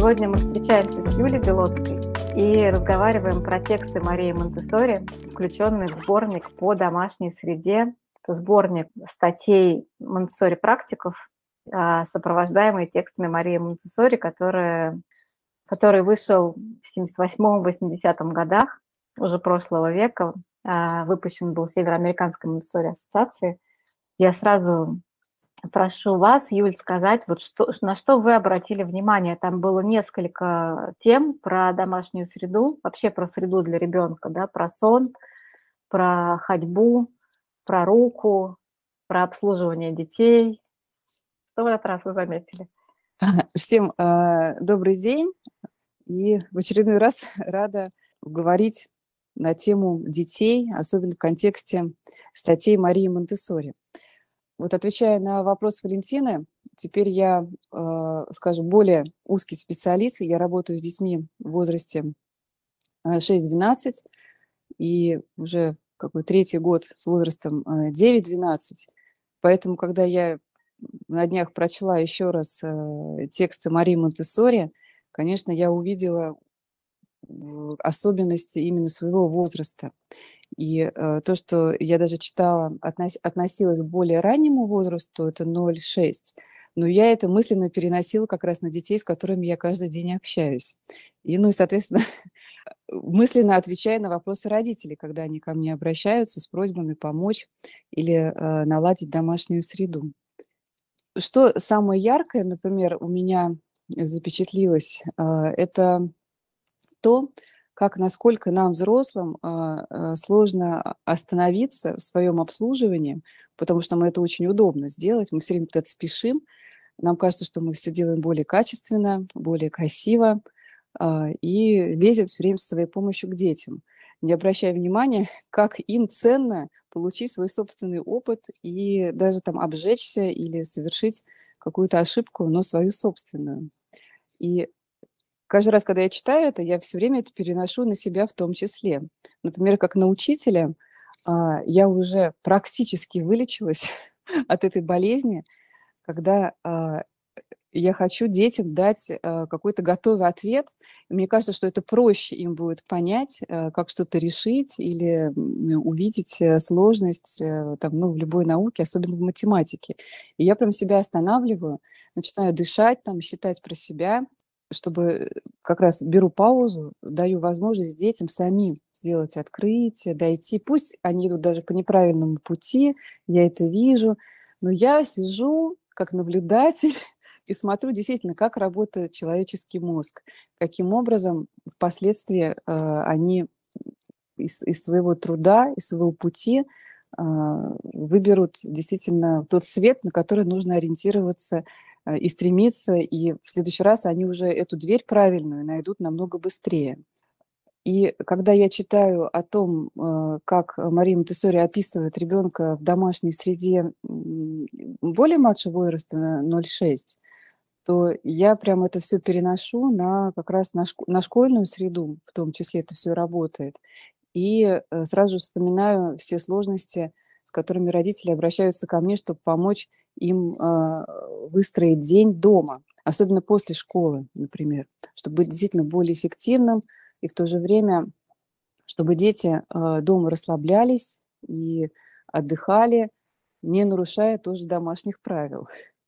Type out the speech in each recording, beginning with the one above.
Сегодня мы встречаемся с Юлией Белоцкой и разговариваем про тексты Марии Монтессори, включенные в сборник по домашней среде, сборник статей Монтессори-практиков, сопровождаемый текстами Марии Монтессори, который вышел в 78-80 годах уже прошлого века, выпущен был Североамериканской Монтессори ассоциацией. Я сразу прошу вас, Юль, сказать, на что вы обратили внимание. Там было несколько тем про домашнюю среду, вообще про среду для ребенка, да, про сон, про ходьбу, про руку, про обслуживание детей. Что в этот раз вы заметили? Всем добрый день. И в очередной раз рада говорить на тему детей, особенно в контексте статей Марии Монтессори. Вот отвечая на вопрос Валентины, теперь я, скажем, более узкий специалист. Я работаю с детьми в возрасте 6-12 и уже третий год с возрастом 9-12. Поэтому, когда я на днях прочла еще раз тексты Марии Монтессори, конечно, я увидела особенности именно своего возраста. И то, что я даже читала, относилось к более раннему возрасту, это 0-6, но я это мысленно переносила как раз на детей, с которыми я каждый день общаюсь. И, соответственно, мысленно отвечая на вопросы родителей, когда они ко мне обращаются с просьбами помочь или наладить домашнюю среду. Что самое яркое, например, у меня запечатлилось, это то, насколько нам, взрослым, сложно остановиться в своем обслуживании, потому что мы это очень удобно сделать, мы все время куда-то спешим, нам кажется, что мы все делаем более качественно, более красиво, и лезем все время со своей помощью к детям, не обращая внимания, как им ценно получить свой собственный опыт и даже там обжечься или совершить какую-то ошибку, но свою собственную. И каждый раз, когда я читаю это, я все время это переношу на себя в том числе. Например, как на учителя, я уже практически вылечилась от этой болезни, когда я хочу детям дать какой-то готовый ответ. И мне кажется, что это проще им будет понять, как что-то решить или увидеть сложность в любой науке, особенно в математике. И я прям себя останавливаю, начинаю дышать, считать про себя, чтобы как раз беру паузу, даю возможность детям самим сделать открытие, дойти. Пусть они идут даже по неправильному пути, я это вижу, но я сижу как наблюдатель и смотрю действительно, как работает человеческий мозг, каким образом впоследствии они из своего труда, из своего пути выберут действительно тот свет, на который нужно ориентироваться и стремиться, и в следующий раз они уже эту дверь правильную найдут намного быстрее. И когда я читаю о том, как Мария Монтессори описывает ребенка в домашней среде более младшего возраста, 0,6, то я прям это все переношу как раз на школьную среду, в том числе это все работает. И сразу же вспоминаю все сложности, с которыми родители обращаются ко мне, чтобы помочь им выстроить день дома, особенно после школы, например, чтобы быть действительно более эффективным, и в то же время, чтобы дети дома расслаблялись и отдыхали, не нарушая тоже домашних правил.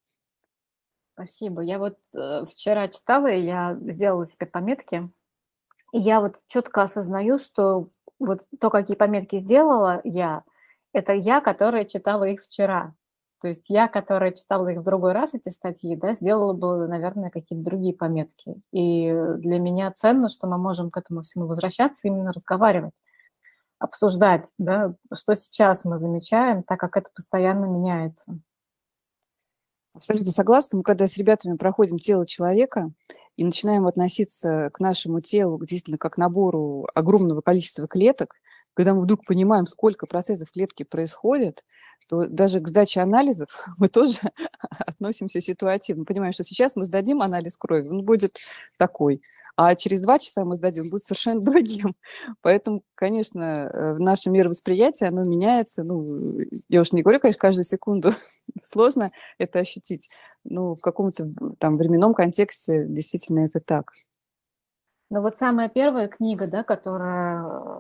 Спасибо. Я вчера читала, и я сделала себе пометки, и я четко осознаю, что то, какие пометки сделала я, это я, которая читала их вчера. То есть я, которая читала их в другой раз, эти статьи, да, сделала бы, наверное, какие-то другие пометки. И для меня ценно, что мы можем к этому всему возвращаться, именно разговаривать, обсуждать, да, что сейчас мы замечаем, так как это постоянно меняется. Абсолютно согласна. Мы когда с ребятами проходим тело человека и начинаем относиться к нашему телу действительно как к набору огромного количества клеток, когда мы вдруг понимаем, сколько процессов в клетке происходит, то даже к сдаче анализов мы тоже относимся ситуативно. Понимаем, что сейчас мы сдадим анализ крови, он будет такой. а через 2 часа мы сдадим, будет совершенно другим. Поэтому, конечно, наше мировосприятие, оно меняется. Ну, я уж не говорю, конечно, каждую секунду сложно это ощутить, но в каком-то там временном контексте действительно это так. Ну вот самая первая книга, да, которая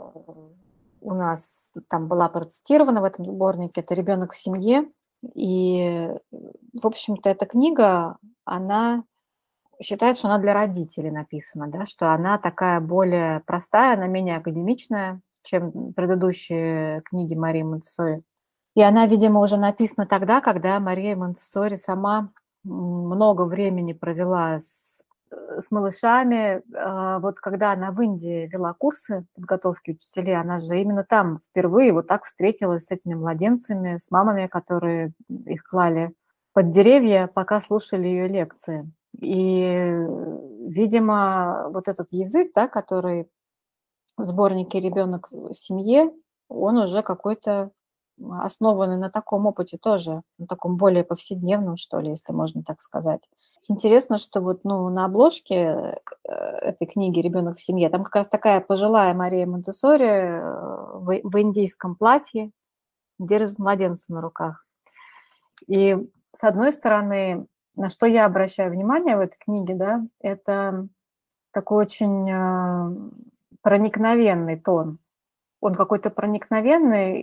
у нас там была процитирована в этом сборнике, это «Ребенок в семье». И, в общем-то, эта книга, она считает, что она для родителей написана, да, что она такая более простая, она менее академичная, чем предыдущие книги Марии Монтессори. И она, видимо, уже написана тогда, когда Мария Монтессори сама много времени провела с малышами. Вот когда она в Индии вела курсы подготовки учителей, она же именно там впервые вот так встретилась с этими младенцами, с мамами, которые их клали под деревья, пока слушали ее лекции. И, видимо, вот этот язык, да, который в сборнике «Ребенок в семье», он уже какой-то основанный на таком опыте тоже, на таком более повседневном, что ли, если можно так сказать. Интересно, что вот, ну, на обложке этой книги «Ребенок в семье» там как раз такая пожилая Мария Монтессори в индийском платье держит младенца на руках. И с одной стороны, на что я обращаю внимание в этой книге, да, это такой очень проникновенный тон. Он какой-то проникновенный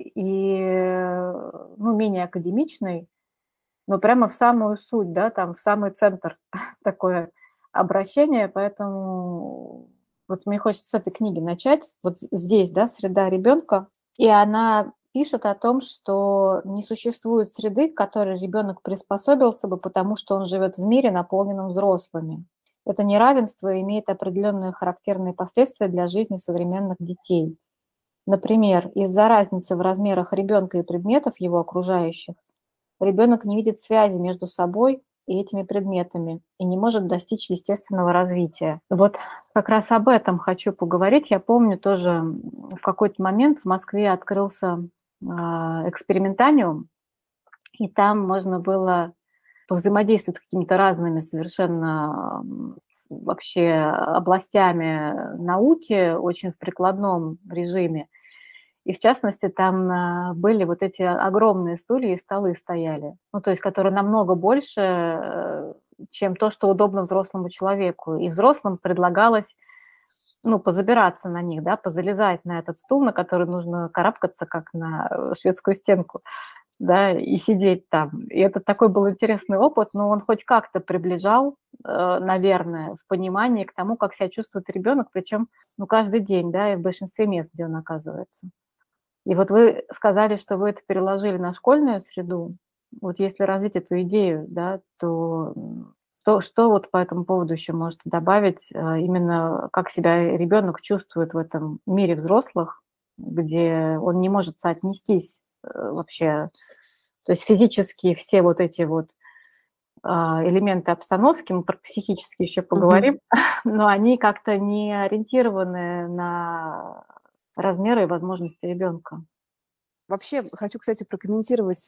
и, ну, менее академичный, но прямо в самую суть, да, там в самый центр такое обращение, поэтому вот мне хочется с этой книги начать. Вот здесь, да, среда ребенка, и она пишет о том, что не существует среды, к которой ребенок приспособился бы, потому что он живет в мире, наполненном взрослыми. Это неравенство имеет определенные характерные последствия для жизни современных детей. Например, из-за разницы в размерах ребенка и предметов его окружающих, ребенок не видит связи между собой и этими предметами и не может достичь естественного развития. Вот как раз об этом хочу поговорить. Я помню тоже в какой-то момент в Москве открылся экспериментариум, и там можно было взаимодействовать с какими-то разными совершенно вообще областями науки, очень в прикладном режиме. И в частности, там были вот эти огромные стулья и столы стояли, ну, то есть которые намного больше, чем то, что удобно взрослому человеку. И взрослым предлагалось, ну, позабираться на них, да, позалезать на этот стул, на который нужно карабкаться, как на шведскую стенку, да, и сидеть там. И это такой был интересный опыт, но он хоть как-то приближал, наверное, в понимании к тому, как себя чувствует ребенок, причем, ну, каждый день, да, и в большинстве мест, где он оказывается. И вот вы сказали, что вы это переложили на школьную среду. Вот если развить эту идею, да, то что вот по этому поводу еще можете добавить, именно как себя ребенок чувствует в этом мире взрослых, где он не может соотнестись вообще, то есть физически все вот эти вот элементы обстановки, мы про психические еще поговорим, но они как-то не ориентированы на размеры и возможности ребенка. Вообще хочу, кстати, прокомментировать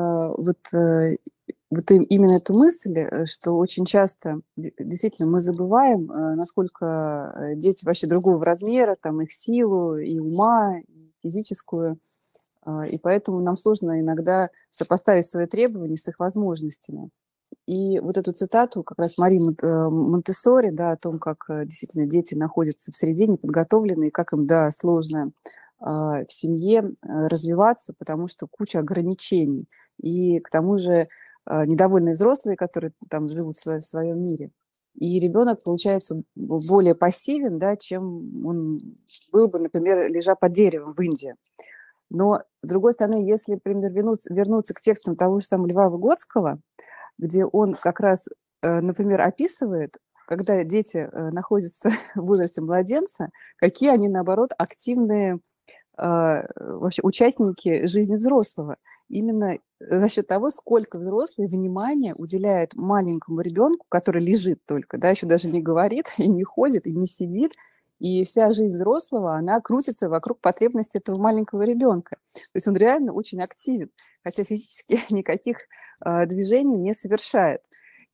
именно эту мысль, что очень часто действительно мы забываем, насколько дети вообще другого размера, там их силу и ума, и физическую, и поэтому нам сложно иногда сопоставить свои требования с их возможностями. И вот эту цитату как раз Марии Монтессори, да, о том, как действительно дети находятся в среде неподготовленные, как им, да, сложно в семье развиваться, потому что куча ограничений. И к тому же недовольные взрослые, которые там живут в своем мире. И ребенок, получается, более пассивен, да, чем он был бы, например, лежа под деревом в Индии. Но, с другой стороны, если, например, вернуться к текстам того же самого Льва Выгодского, где он как раз, например, описывает, когда дети находятся в возрасте младенца, какие они, наоборот, активные вообще участники жизни взрослого. Именно за счет того, сколько взрослые внимания уделяют маленькому ребенку, который лежит только, да, еще даже не говорит, и не ходит, и не сидит, и вся жизнь взрослого, она крутится вокруг потребностей этого маленького ребенка. То есть он реально очень активен, хотя физически никаких движений не совершает.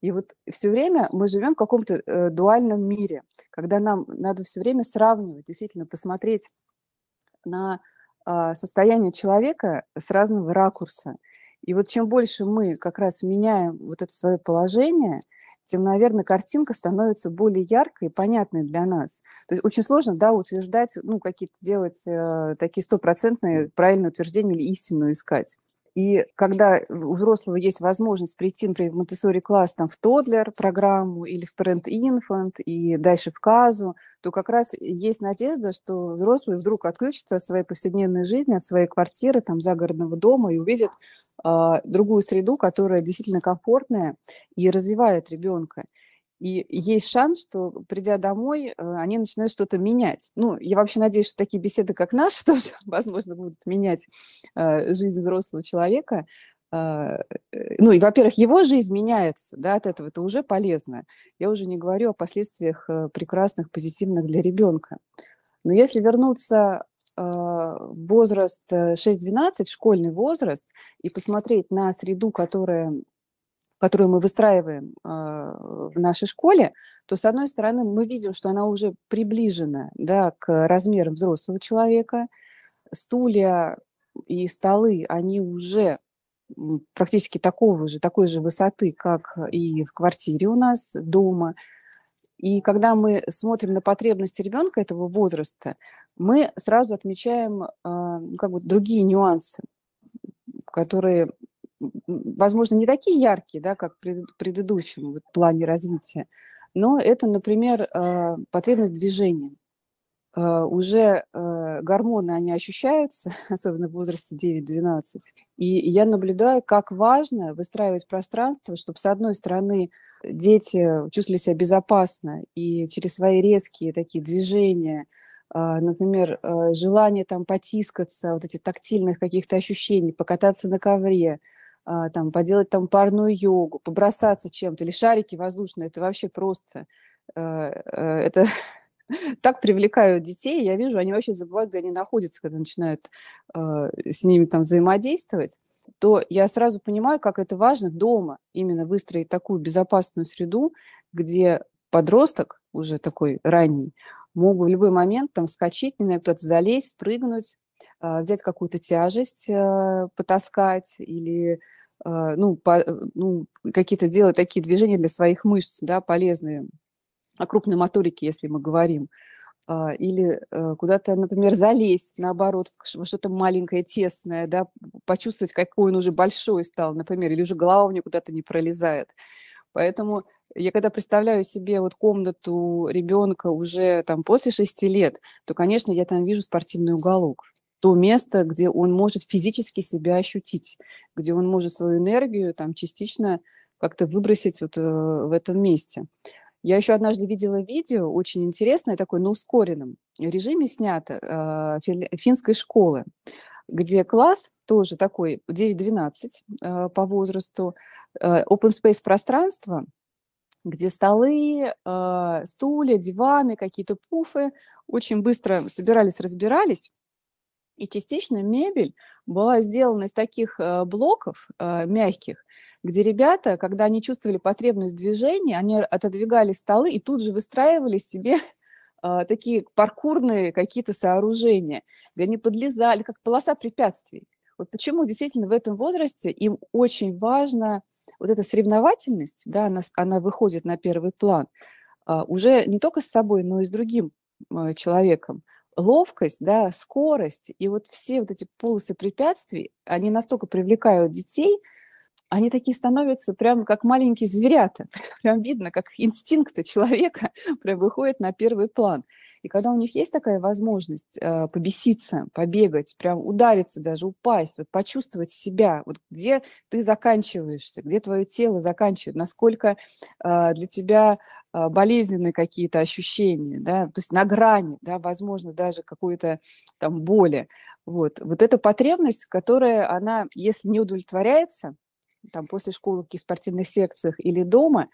И вот все время мы живем в каком-то дуальном мире, когда нам надо все время сравнивать, действительно посмотреть на состояние человека с разного ракурса. И вот чем больше мы как раз меняем вот это свое положение, тем, наверное, картинка становится более яркой и понятной для нас. То есть очень сложно, да, утверждать, ну, какие-то делать такие стопроцентные правильные утверждения или истину искать. И когда у взрослого есть возможность прийти, например, в Монтессори-класс там, в Тодлер программу или в Parent Infant и дальше в Казу, то как раз есть надежда, что взрослый вдруг отключится от своей повседневной жизни, от своей квартиры, там, загородного дома и увидит другую среду, которая действительно комфортная и развивает ребенка. И есть шанс, что, придя домой, они начинают что-то менять. Ну, я вообще надеюсь, что такие беседы, как наши, тоже, возможно, будут менять жизнь взрослого человека. Ну, и, во-первых, его жизнь меняется, да, от этого это уже полезно. Я уже не говорю о последствиях прекрасных, позитивных для ребенка. Но если вернуться в возраст 6-12, школьный возраст, и посмотреть на среду, которую мы выстраиваем в нашей школе, то, с одной стороны, мы видим, что она уже приближена, да, к размерам взрослого человека. Стулья и столы, они уже практически такой же высоты, как и в квартире у нас дома. И когда мы смотрим на потребности ребенка этого возраста, мы сразу отмечаем как бы другие нюансы, которые, возможно, не такие яркие, да, как в предыдущем вот, плане развития, но это, например, потребность движения. Уже гормоны, они ощущаются, особенно в возрасте 9-12. И я наблюдаю, как важно выстраивать пространство, чтобы, с одной стороны, дети чувствовали себя безопасно и через свои резкие такие движения, например, желание там потискаться, вот эти тактильных каких-то ощущений, покататься на ковре, там, поделать там йогу, побросаться чем-то, или шарики воздушные, это вообще просто, это так привлекают детей, я вижу, они вообще забывают, где они находятся, когда начинают с ними там взаимодействовать, то я сразу понимаю, как это важно дома именно выстроить такую безопасную среду, где подросток, уже такой ранний, мог бы в любой момент там вскочить, не знаю, куда-то залезть, спрыгнуть, взять какую-то тяжесть, потаскать или ну, какие-то делать такие движения для своих мышц, да, полезные, о крупной моторике, если мы говорим, или куда-то, например, залезть, наоборот, во что-то маленькое, тесное, да, почувствовать, какой он уже большой стал, например, или уже голова у него куда-то не пролезает. Поэтому я когда представляю себе вот комнату ребенка уже там после 6 лет, то, конечно, я там вижу спортивный уголок. То место, где он может физически себя ощутить, где он может свою энергию там частично как-то выбросить вот в этом месте. Я еще однажды видела видео, очень интересное, такое на ускоренном режиме снято, финской школы, где класс тоже такой 9-12 по возрасту, open space пространство, где столы, стулья, диваны, какие-то пуфы очень быстро собирались, разбирались. И частично мебель была сделана из таких блоков мягких, где ребята, когда они чувствовали потребность в движении, они отодвигали столы и тут же выстраивали себе такие паркурные какие-то сооружения, где они подлезали, как полоса препятствий. Вот почему действительно в этом возрасте им очень важна вот эта соревновательность, да, она выходит на первый план, уже не только с собой, но и с другим человеком. Ловкость, да, скорость и вот все вот эти полосы препятствий, они настолько привлекают детей, они такие становятся прям как маленькие зверята. Прям видно, как инстинкты человека прям выходят на первый план. И когда у них есть такая возможность побеситься, побегать, прям удариться даже, упасть, вот почувствовать себя, вот где ты заканчиваешься, где твое тело заканчивает, насколько для тебя болезненные какие-то ощущения, да, то есть на грани, да, возможно, даже какой-то там боли. Вот эта потребность, которая, она, если не удовлетворяется, там, после школы в каких спортивных секциях или дома,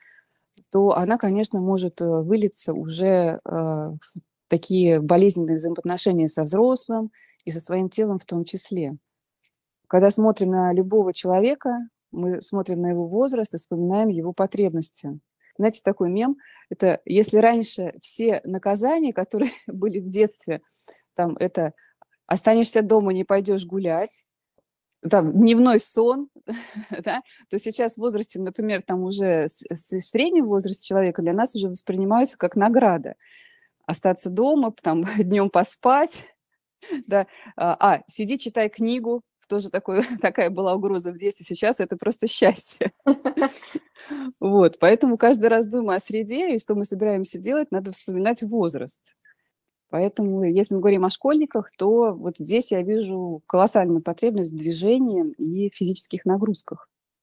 то она, конечно, может вылиться уже в такие болезненные взаимоотношения со взрослым и со своим телом в том числе. Когда смотрим на любого человека, Мы смотрим на его возраст и вспоминаем его потребности. Знаете, такой мем, это если раньше все наказания, которые были в детстве, там это останешься дома, не пойдешь гулять, там дневной сон, да, то сейчас в возрасте, например, там уже в среднем возрасте человека для нас уже воспринимаются как награда. Остаться дома, там днем поспать, да. Сиди, читай книгу. Тоже такая была угроза в детстве. Сейчас это просто счастье. Вот. Поэтому каждый раз, думая о среде и что мы собираемся делать, надо вспоминать возраст. Поэтому, если мы говорим о школьниках, то вот здесь я вижу колоссальную потребность в движении и физических нагрузках.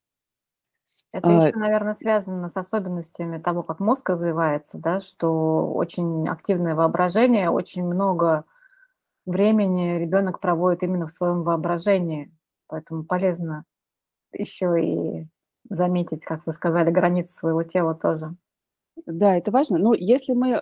Это еще, наверное, связано с особенностями того, как мозг развивается, да, что очень активное воображение, очень много времени ребенок проводит именно в своем воображении. Поэтому полезно еще и заметить, как вы сказали, границы своего тела тоже. Да, это важно. Но если мы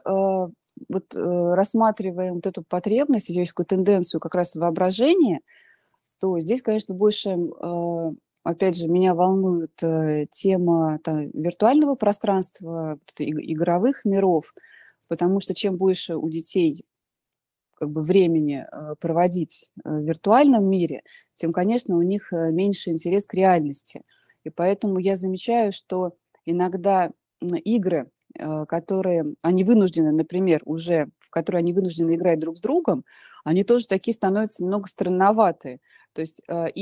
рассматриваем вот эту потребность, физическую тенденцию как раз воображения, то здесь, конечно, больше, опять же, меня волнует тема виртуального пространства, игровых миров, потому что чем больше у детей как бы времени проводить в виртуальном мире, тем, конечно, у них меньше интерес к реальности. И поэтому я замечаю, что иногда игры, которые они вынуждены, например, в которые они вынуждены играть друг с другом, они тоже такие становятся немного странноватые. То есть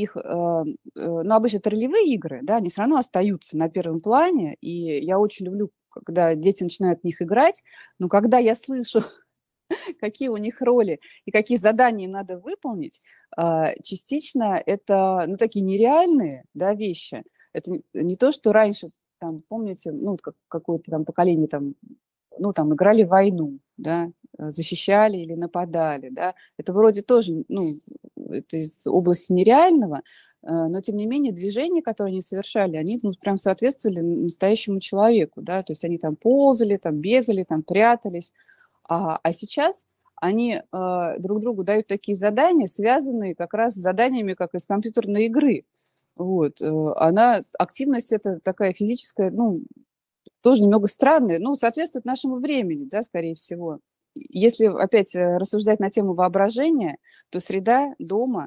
обычно это ролевые игры, да, они все равно остаются на первом плане, и я очень люблю, когда дети начинают в них играть, но когда я слышу, какие у них роли и какие задания им надо выполнить, частично это, такие нереальные, да, вещи. Это не то, что раньше, там, помните, какое-то там поколение там играли в войну, да, защищали или нападали, да. Это вроде тоже, это из области нереального, но тем не менее движения, которые они совершали, они прям соответствовали настоящему человеку, да, то есть они там ползали, там бегали, там прятались. А сейчас они друг другу дают такие задания, связанные как раз с заданиями, как из компьютерной игры. Вот. Активность эта такая физическая, тоже немного странная, соответствует нашему времени, да, скорее всего. Если опять рассуждать на тему воображения, то среда дома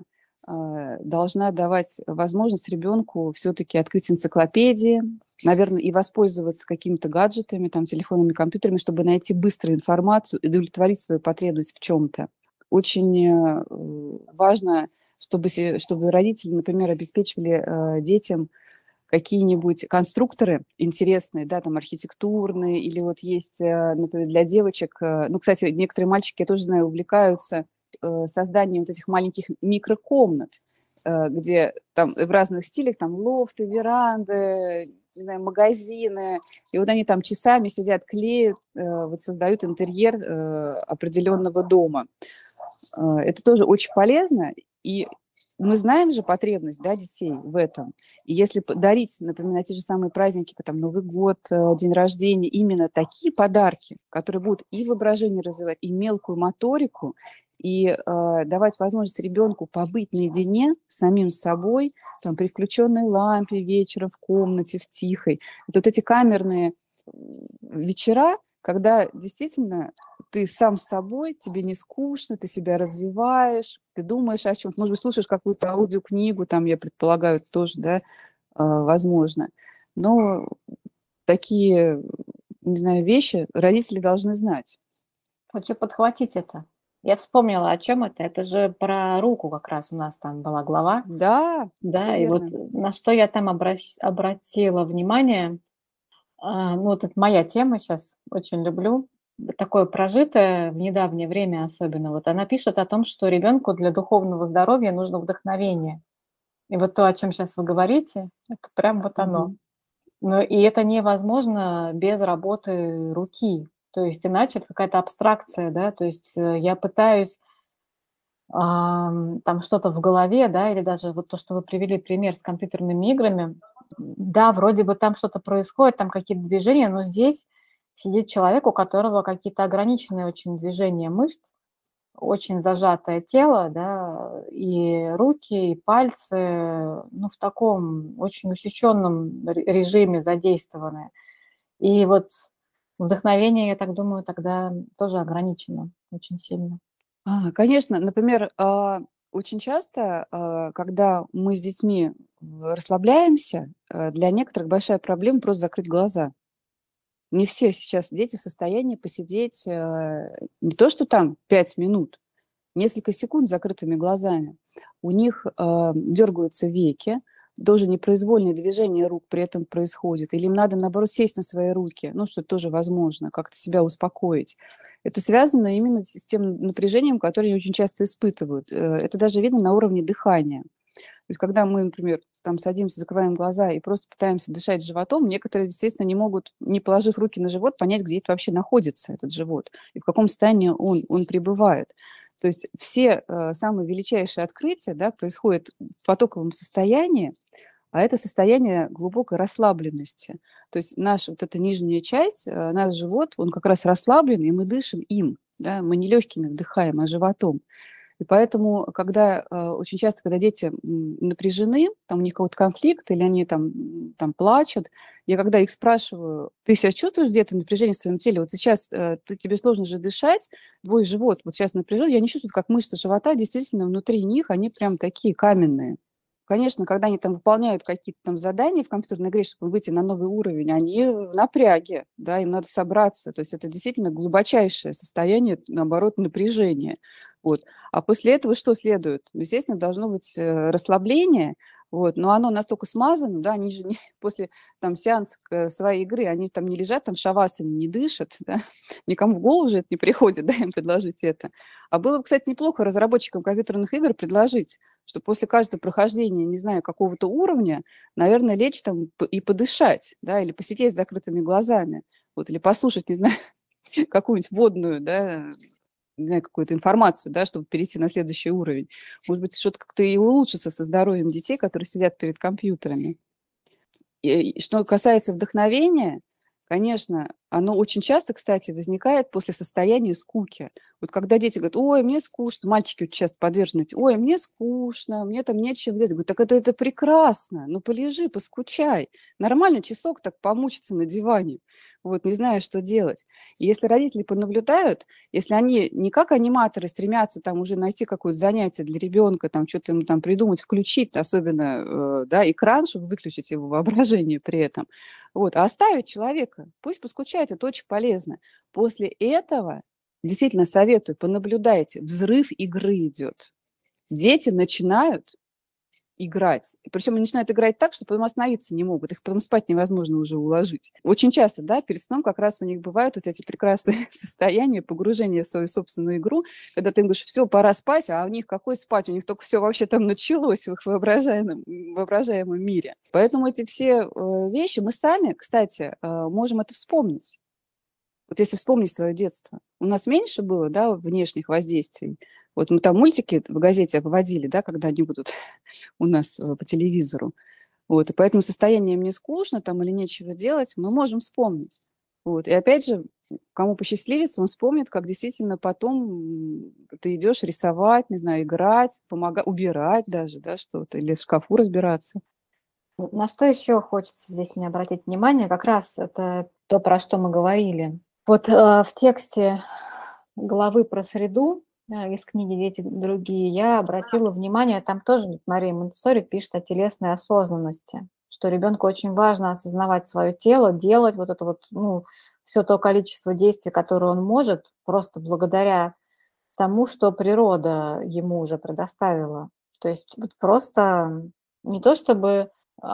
должна давать возможность ребенку все-таки открыть энциклопедии, наверное, и воспользоваться какими-то гаджетами, там, телефонами, компьютерами, чтобы найти быструю информацию и удовлетворить свою потребность в чем-то. Очень важно, чтобы родители, например, обеспечивали детям какие-нибудь конструкторы интересные, да, там архитектурные, или вот есть, например, для девочек, кстати, некоторые мальчики, я тоже знаю, увлекаются созданием вот этих маленьких микрокомнат, где там в разных стилях, там лофты, веранды, не знаю, магазины, и вот они там часами сидят, клеят, вот создают интерьер определенного дома. Это тоже очень полезно, и мы знаем же потребность, да, детей в этом. И если дарить, например, на те же самые праздники, как там Новый год, день рождения, именно такие подарки, которые будут и воображение развивать, и мелкую моторику, и давать возможность ребенку побыть наедине с самим собой, там, при включенной лампе вечером в комнате, в тихой. Это вот эти камерные вечера, когда действительно ты сам с собой, тебе не скучно, ты себя развиваешь, ты думаешь о чем-то, может быть, слушаешь какую-то аудиокнигу, там, я предполагаю, тоже, да, возможно. Но такие, не знаю, вещи родители должны знать. Хочу подхватить это. Я вспомнила, о чем это. Это же про руку как раз у нас там была глава. Да, Да, и вот на что я там обратила внимание, вот это моя тема сейчас, очень люблю, такое прожитое в недавнее время особенно. Вот она пишет о том, что ребенку для духовного здоровья нужно вдохновение. И вот то, о чем сейчас вы говорите, это прям вот оно. Но и это невозможно без работы руки. То есть иначе это какая-то абстракция, да, то есть я пытаюсь там что-то в голове, да, или даже вот то, что вы привели пример с компьютерными играми, да, вроде бы там что-то происходит, там какие-то движения, но здесь сидит человек, у которого какие-то ограниченные очень движения мышц, очень зажатое тело, да, и руки, и пальцы, ну, в таком очень усеченном режиме задействованы. И вот вдохновение, я так думаю, тогда тоже ограничено очень сильно. Конечно, например, очень часто, когда мы с детьми расслабляемся, для некоторых большая проблема просто закрыть глаза. Не все сейчас дети в состоянии посидеть, не то что там 5 минут, несколько секунд с закрытыми глазами. У них дергаются веки, тоже непроизвольные движения рук при этом происходят. Или им надо, наоборот, сесть на свои руки, ну, что тоже возможно, как-то себя успокоить. Это связано именно с тем напряжением, которое они очень часто испытывают. Это даже видно на уровне дыхания. То есть когда мы, например, там садимся, закрываем глаза и просто пытаемся дышать животом, некоторые, естественно, не могут, не положив руки на живот, понять, где это вообще находится, этот живот, и в каком состоянии он пребывает. То есть все самые величайшие открытия, да, происходят в потоковом состоянии, а это состояние глубокой расслабленности. То есть наша вот эта нижняя часть, наш живот, он как раз расслаблен, и мы дышим им. Да? Мы не легкими вдыхаем, а животом. И поэтому, когда очень часто, когда дети напряжены, там у них какой-то конфликт, или они там плачут, я когда их спрашиваю: ты себя чувствуешь где-то напряжение в своем теле? Вот сейчас тебе сложно же дышать, твой живот вот сейчас напряжен, я не чувствую, как мышцы живота действительно внутри них, они прям такие каменные. Конечно, когда они там выполняют какие-то там задания в компьютерной игре, чтобы выйти на новый уровень, они в напряге, да, им надо собраться. То есть это действительно глубочайшее состояние, наоборот, напряжения. Вот. А после этого что следует? Ну, естественно, должно быть расслабление, вот, но оно настолько смазано, да, они же не, после там, сеанса своей игры, они там не лежат там в шавасане, не дышат, да, никому в голову же это не приходит, да, им предложить это. А было бы, кстати, неплохо разработчикам компьютерных игр предложить, что после каждого прохождения, не знаю, какого-то уровня, наверное, лечь там и подышать, да, или посидеть с закрытыми глазами, вот, или послушать, не знаю, какую-нибудь водную, да, не знаю, какую-то информацию, да, чтобы перейти на следующий уровень. Может быть, что-то как-то и улучшится со здоровьем детей, которые сидят перед компьютерами. И что касается вдохновения, конечно, оно очень часто, кстати, возникает после состояния скуки. Вот когда дети говорят: ой, мне скучно, мальчики очень часто подвержены этим: ой, мне скучно, мне там нечего делать. Говорю: так это прекрасно, ну полежи, поскучай. Нормально часок так помучиться на диване, вот, не знаю, что делать. И если родители понаблюдают, если они не как аниматоры стремятся там уже найти какое-то занятие для ребенка, там что-то ему там придумать, включить, особенно, да, экран, чтобы выключить его воображение при этом, вот, а оставить человека, пусть поскучает, это очень полезно. После этого, действительно советую, понаблюдайте, взрыв игры идет. Дети начинают играть. Причем они начинают играть так, что потом остановиться не могут. Их потом спать невозможно уже уложить. Очень часто, да, перед сном как раз у них бывают вот эти прекрасные состояния погружения в свою собственную игру, когда ты им говоришь: все, пора спать, а у них какой спать? У них только все вообще там началось в их воображаемом мире. Поэтому эти все вещи мы сами, кстати, можем это вспомнить. Вот если вспомнить свое детство, у нас меньше было, да, внешних воздействий. Вот мы там мультики в газете выводили, да, когда они будут у нас по телевизору. Вот, и поэтому состояние мне скучно там или нечего делать, мы можем вспомнить. Вот, и опять же, кому посчастливится, он вспомнит, как действительно потом ты идешь рисовать, не знаю, играть, помогать, убирать даже, да, что-то, или в шкафу разбираться. На что еще хочется здесь мне обратить внимание, как раз это то, про что мы говорили. Вот в тексте главы про среду из книги «Дети другие» я обратила внимание, там тоже Мария Монтессори пишет о телесной осознанности, что ребенку очень важно осознавать свое тело, делать вот это вот, ну, все то количество действий, которое он может, просто благодаря тому, что природа ему уже предоставила. То есть вот просто не то чтобы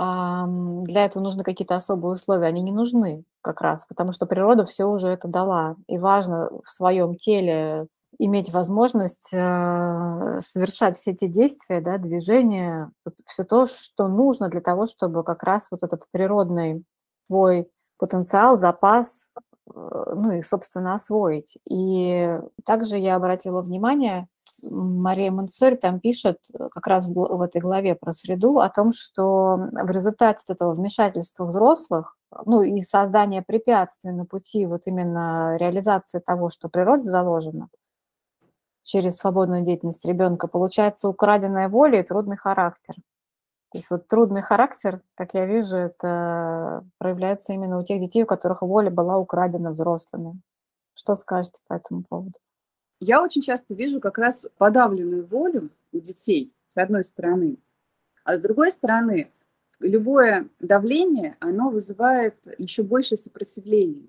для этого нужны какие-то особые условия, они не нужны как раз, потому что природа все уже это дала. И важно в своем теле иметь возможность совершать все эти действия, да, движения, вот все то, что нужно для того, чтобы как раз вот этот природный свой потенциал, запас, ну и, собственно, освоить. И также я обратила внимание, Мария Монтессори там пишет как раз в этой главе про среду о том, что в результате вот этого вмешательства взрослых, ну и создания препятствий на пути вот именно реализации того, что в природе заложено, через свободную деятельность ребенка, получается украденная воля и трудный характер. То есть вот трудный характер, как я вижу, это проявляется именно у тех детей, у которых воля была украдена взрослыми. Что скажете по этому поводу? Я очень часто вижу как раз подавленную волю у детей, с одной стороны, а с другой стороны, любое давление, оно вызывает еще большее сопротивление.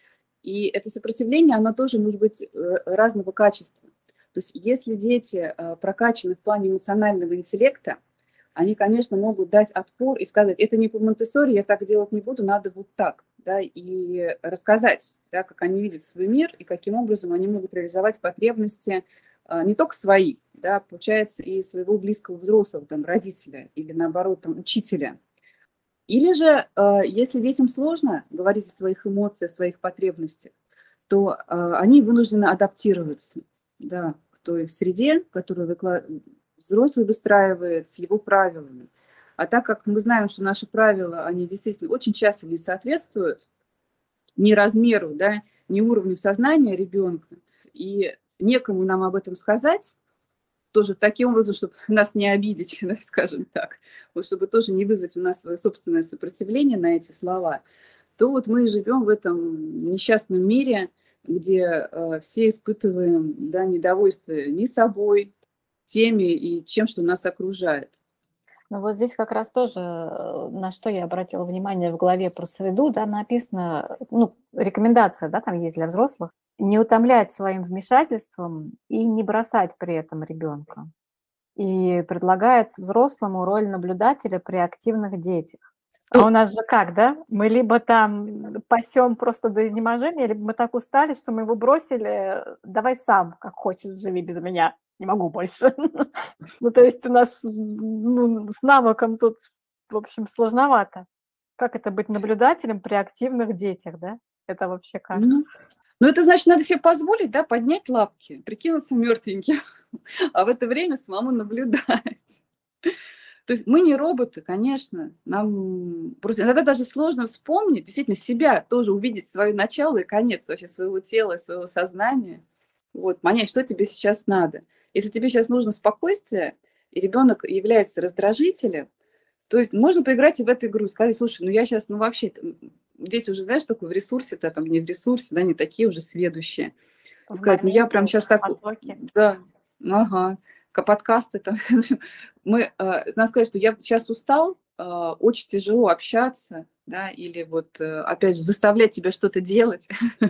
И это сопротивление, оно тоже может быть разного качества. То есть если дети прокачаны в плане эмоционального интеллекта, они, конечно, могут дать отпор и сказать, это не по Монтессори, я так делать не буду, надо вот так, да, и рассказать, да, как они видят свой мир и каким образом они могут реализовать потребности не только свои, да, получается, и своего близкого взрослого, там, родителя или, наоборот, там, учителя. Или же, если детям сложно говорить о своих эмоциях, о своих потребностях, то они вынуждены адаптироваться, да, к той среде, которую взрослый выстраивает с его правилами. А так как мы знаем, что наши правила, они действительно очень часто не соответствуют ни размеру, да, ни уровню сознания ребенка, и некому нам об этом сказать, тоже таким образом, чтобы нас не обидеть, да, скажем так, вот чтобы тоже не вызвать у нас свое собственное сопротивление на эти слова, то вот мы живем в этом несчастном мире, где все испытываем, да, недовольство ни собой, теми и чем, что нас окружает. Ну вот здесь как раз тоже, на что я обратила внимание в главе про среду, да, написано, ну, рекомендация, да, там есть для взрослых, не утомлять своим вмешательством и не бросать при этом ребенка. И предлагается взрослому роль наблюдателя при активных детях. А у нас же как, да? Мы либо там пасем просто до изнеможения, либо мы так устали, что мы его бросили, давай сам, как хочешь, живи без меня, не могу больше. Ну, то есть у нас с навыком тут, в общем, сложновато. Как это быть наблюдателем при активных детях, да? Это вообще как? Ну, это значит, надо себе позволить, да, поднять лапки, прикинуться мертвеньким, а в это время самому наблюдать. То есть мы не роботы, конечно, нам просто иногда даже сложно вспомнить, действительно, себя тоже увидеть, свое начало и конец вообще своего тела, своего сознания, вот, понять, что тебе сейчас надо. Если тебе сейчас нужно спокойствие, и ребенок является раздражителем, то есть можно поиграть и в эту игру, сказать, слушай, ну я сейчас, ну вообще, дети уже, знаешь, такой в ресурсе, да, там не в ресурсе, да, не такие уже сведущие. И сказать, ну я прям сейчас так, да, ага, подкасты там. Надо сказать, что я сейчас устал, очень тяжело общаться, да, или вот, опять же, заставлять тебя что-то делать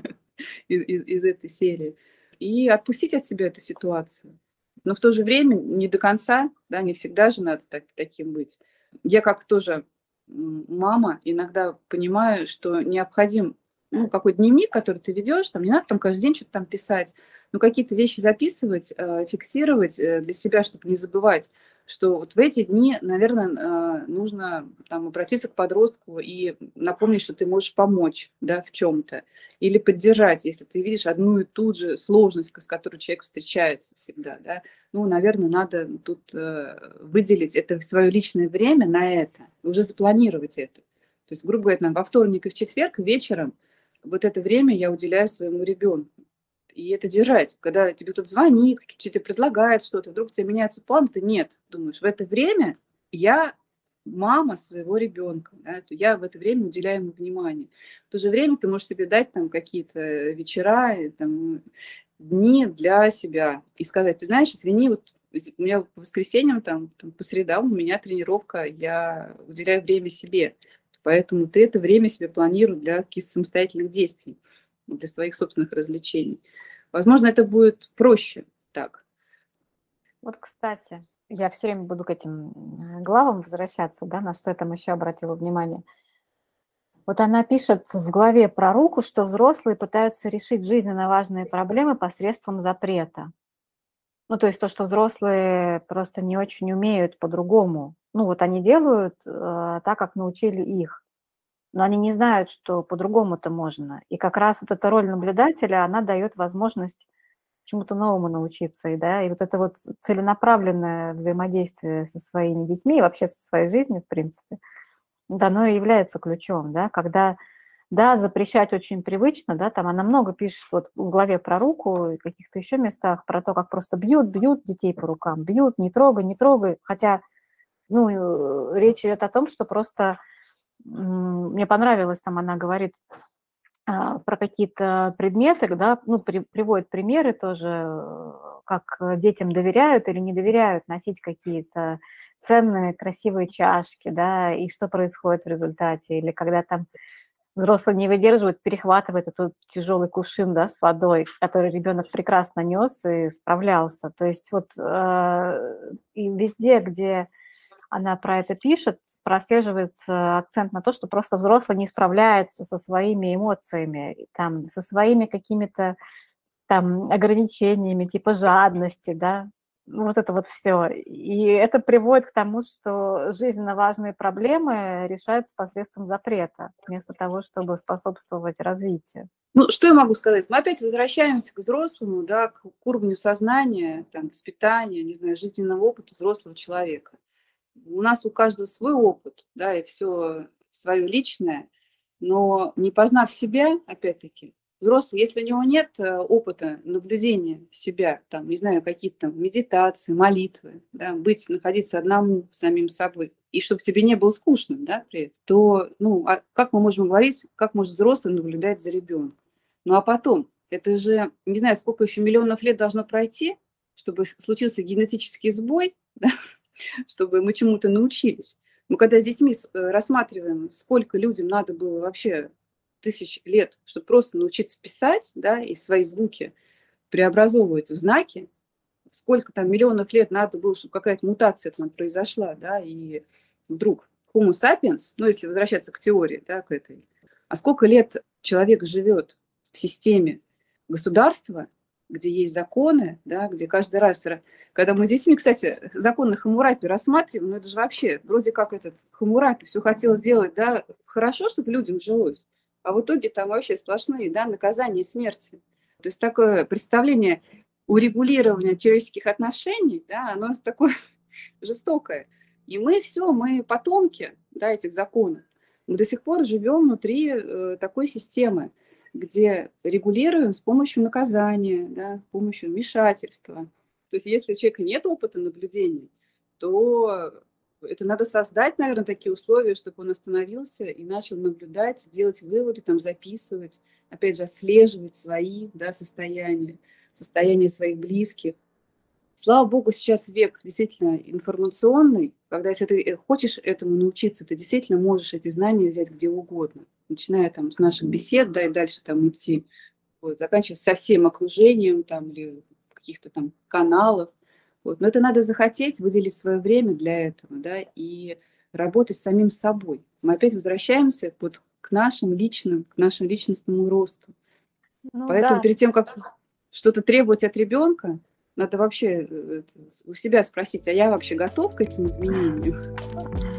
из этой серии, и отпустить от себя эту ситуацию. Но в то же время не до конца, да, не всегда же надо таким быть. Я как тоже мама иногда понимаю, что необходим, ну, какой дневник, который ты ведешь, там не надо там каждый день что-то там писать, но какие-то вещи записывать, фиксировать для себя, чтобы не забывать, что вот в эти дни, наверное, нужно там обратиться к подростку и напомнить, что ты можешь помочь, да, в чем-то, или поддержать, если ты видишь одну и ту же сложность, с которой человек встречается всегда, да, ну, наверное, надо тут выделить это свое личное время на это, уже запланировать это. То есть, грубо говоря, во вторник и в четверг вечером вот это время я уделяю своему ребенку. И это держать. Когда тебе кто-то звонит, что-то предлагает что-то, вдруг у тебя меняется план, ты нет. Думаешь, в это время я мама своего ребенка. Да, я в это время уделяю ему внимание. В то же время ты можешь себе дать там какие-то вечера, там, дни для себя и сказать, ты знаешь, извини, вот у меня по воскресеньям, там по средам у меня тренировка, я уделяю время себе. Поэтому ты это время себе планируй для каких-то самостоятельных действий, для своих собственных развлечений. Возможно, это будет проще так. Вот, кстати, я все время буду к этим главам возвращаться, да, на что я там еще обратила внимание. Вот она пишет в главе про руку, что взрослые пытаются решить жизненно важные проблемы посредством запрета. Ну, то есть то, что взрослые просто не очень умеют по-другому. Ну, вот они делают так, как научили их, но они не знают, что по-другому-то можно. И как раз вот эта роль наблюдателя, она дает возможность чему-то новому научиться. И, да, и вот это вот целенаправленное взаимодействие со своими детьми и вообще со своей жизнью, в принципе, да, оно и является ключом, да, когда Да, запрещать очень привычно, да, там она много пишет вот в главе про руку и каких-то еще местах про то, как просто бьют детей по рукам, бьют, не трогай, не трогай. Хотя, ну, речь идет о том, что просто мне понравилось, там она говорит про какие-то предметы, да, ну, приводит примеры тоже, как детям доверяют или не доверяют носить какие-то ценные, красивые чашки, да, и что происходит в результате, или когда там взрослый не выдерживает, перехватывает этот тяжелый кувшин, да, с водой, который ребенок прекрасно нес и справлялся. То есть вот и везде, где она про это пишет, прослеживается акцент на то, что просто взрослый не справляется со своими эмоциями, и там, со своими какими-то там ограничениями, типа жадности, да, ну, вот это вот все. И это приводит к тому, что жизненно важные проблемы решаются посредством запрета, вместо того, чтобы способствовать развитию. Ну, что я могу сказать? Мы опять возвращаемся к взрослому, да, к уровню сознания, там, воспитания, не знаю, жизненного опыта взрослого человека. У нас у каждого свой опыт, да, и все свое личное, но не познав себя, опять-таки, взрослый, если у него нет опыта наблюдения себя, там, не знаю, какие-то там медитации, молитвы, да, находиться одному самим собой, и чтобы тебе не было скучно, да, при этом, то, ну, как мы можем говорить, как может взрослый наблюдать за ребенком? Ну, а потом, это же, не знаю, сколько еще миллионов лет должно пройти, чтобы случился генетический сбой, да, чтобы мы чему-то научились. Мы когда с детьми рассматриваем, сколько людям надо было вообще тысяч лет, чтобы просто научиться писать, да, и свои звуки преобразовывать в знаки, сколько там миллионов лет надо было, чтобы какая-то мутация там произошла, да, и вдруг Homo sapiens, ну, если возвращаться к теории, да, к этой, а сколько лет человек живет в системе государства, где есть законы, да, где каждый раз, когда мы с детьми, кстати, законы Хаммурапи рассматриваем, ну это же вообще, вроде как этот Хаммурапи все хотел сделать, да, хорошо, чтобы людям жилось, а в итоге там вообще сплошные, да, наказания и смерти. То есть такое представление урегулирования человеческих отношений, да, оно такое жестокое. И мы потомки, да, этих законов. Мы до сих пор живем внутри такой системы, где регулируем с помощью наказания, да, с помощью вмешательства. То есть если у человека нет опыта наблюдений, то это надо создать, наверное, такие условия, чтобы он остановился и начал наблюдать, делать выводы, там, записывать, опять же, отслеживать свои, да, состояние своих близких. Слава богу, сейчас век действительно информационный, когда если ты хочешь этому научиться, ты действительно можешь эти знания взять где угодно, начиная там с наших бесед, да, и дальше там идти, вот, заканчивая со всем окружением там или каких-то там каналов. Вот. Но это надо захотеть, выделить свое время для этого, да, и работать с самим собой. Мы опять возвращаемся вот к нашему личностному росту. Ну Поэтому да, перед тем, как что-то требовать от ребенка, надо вообще у себя спросить, а я вообще готов к этим изменениям?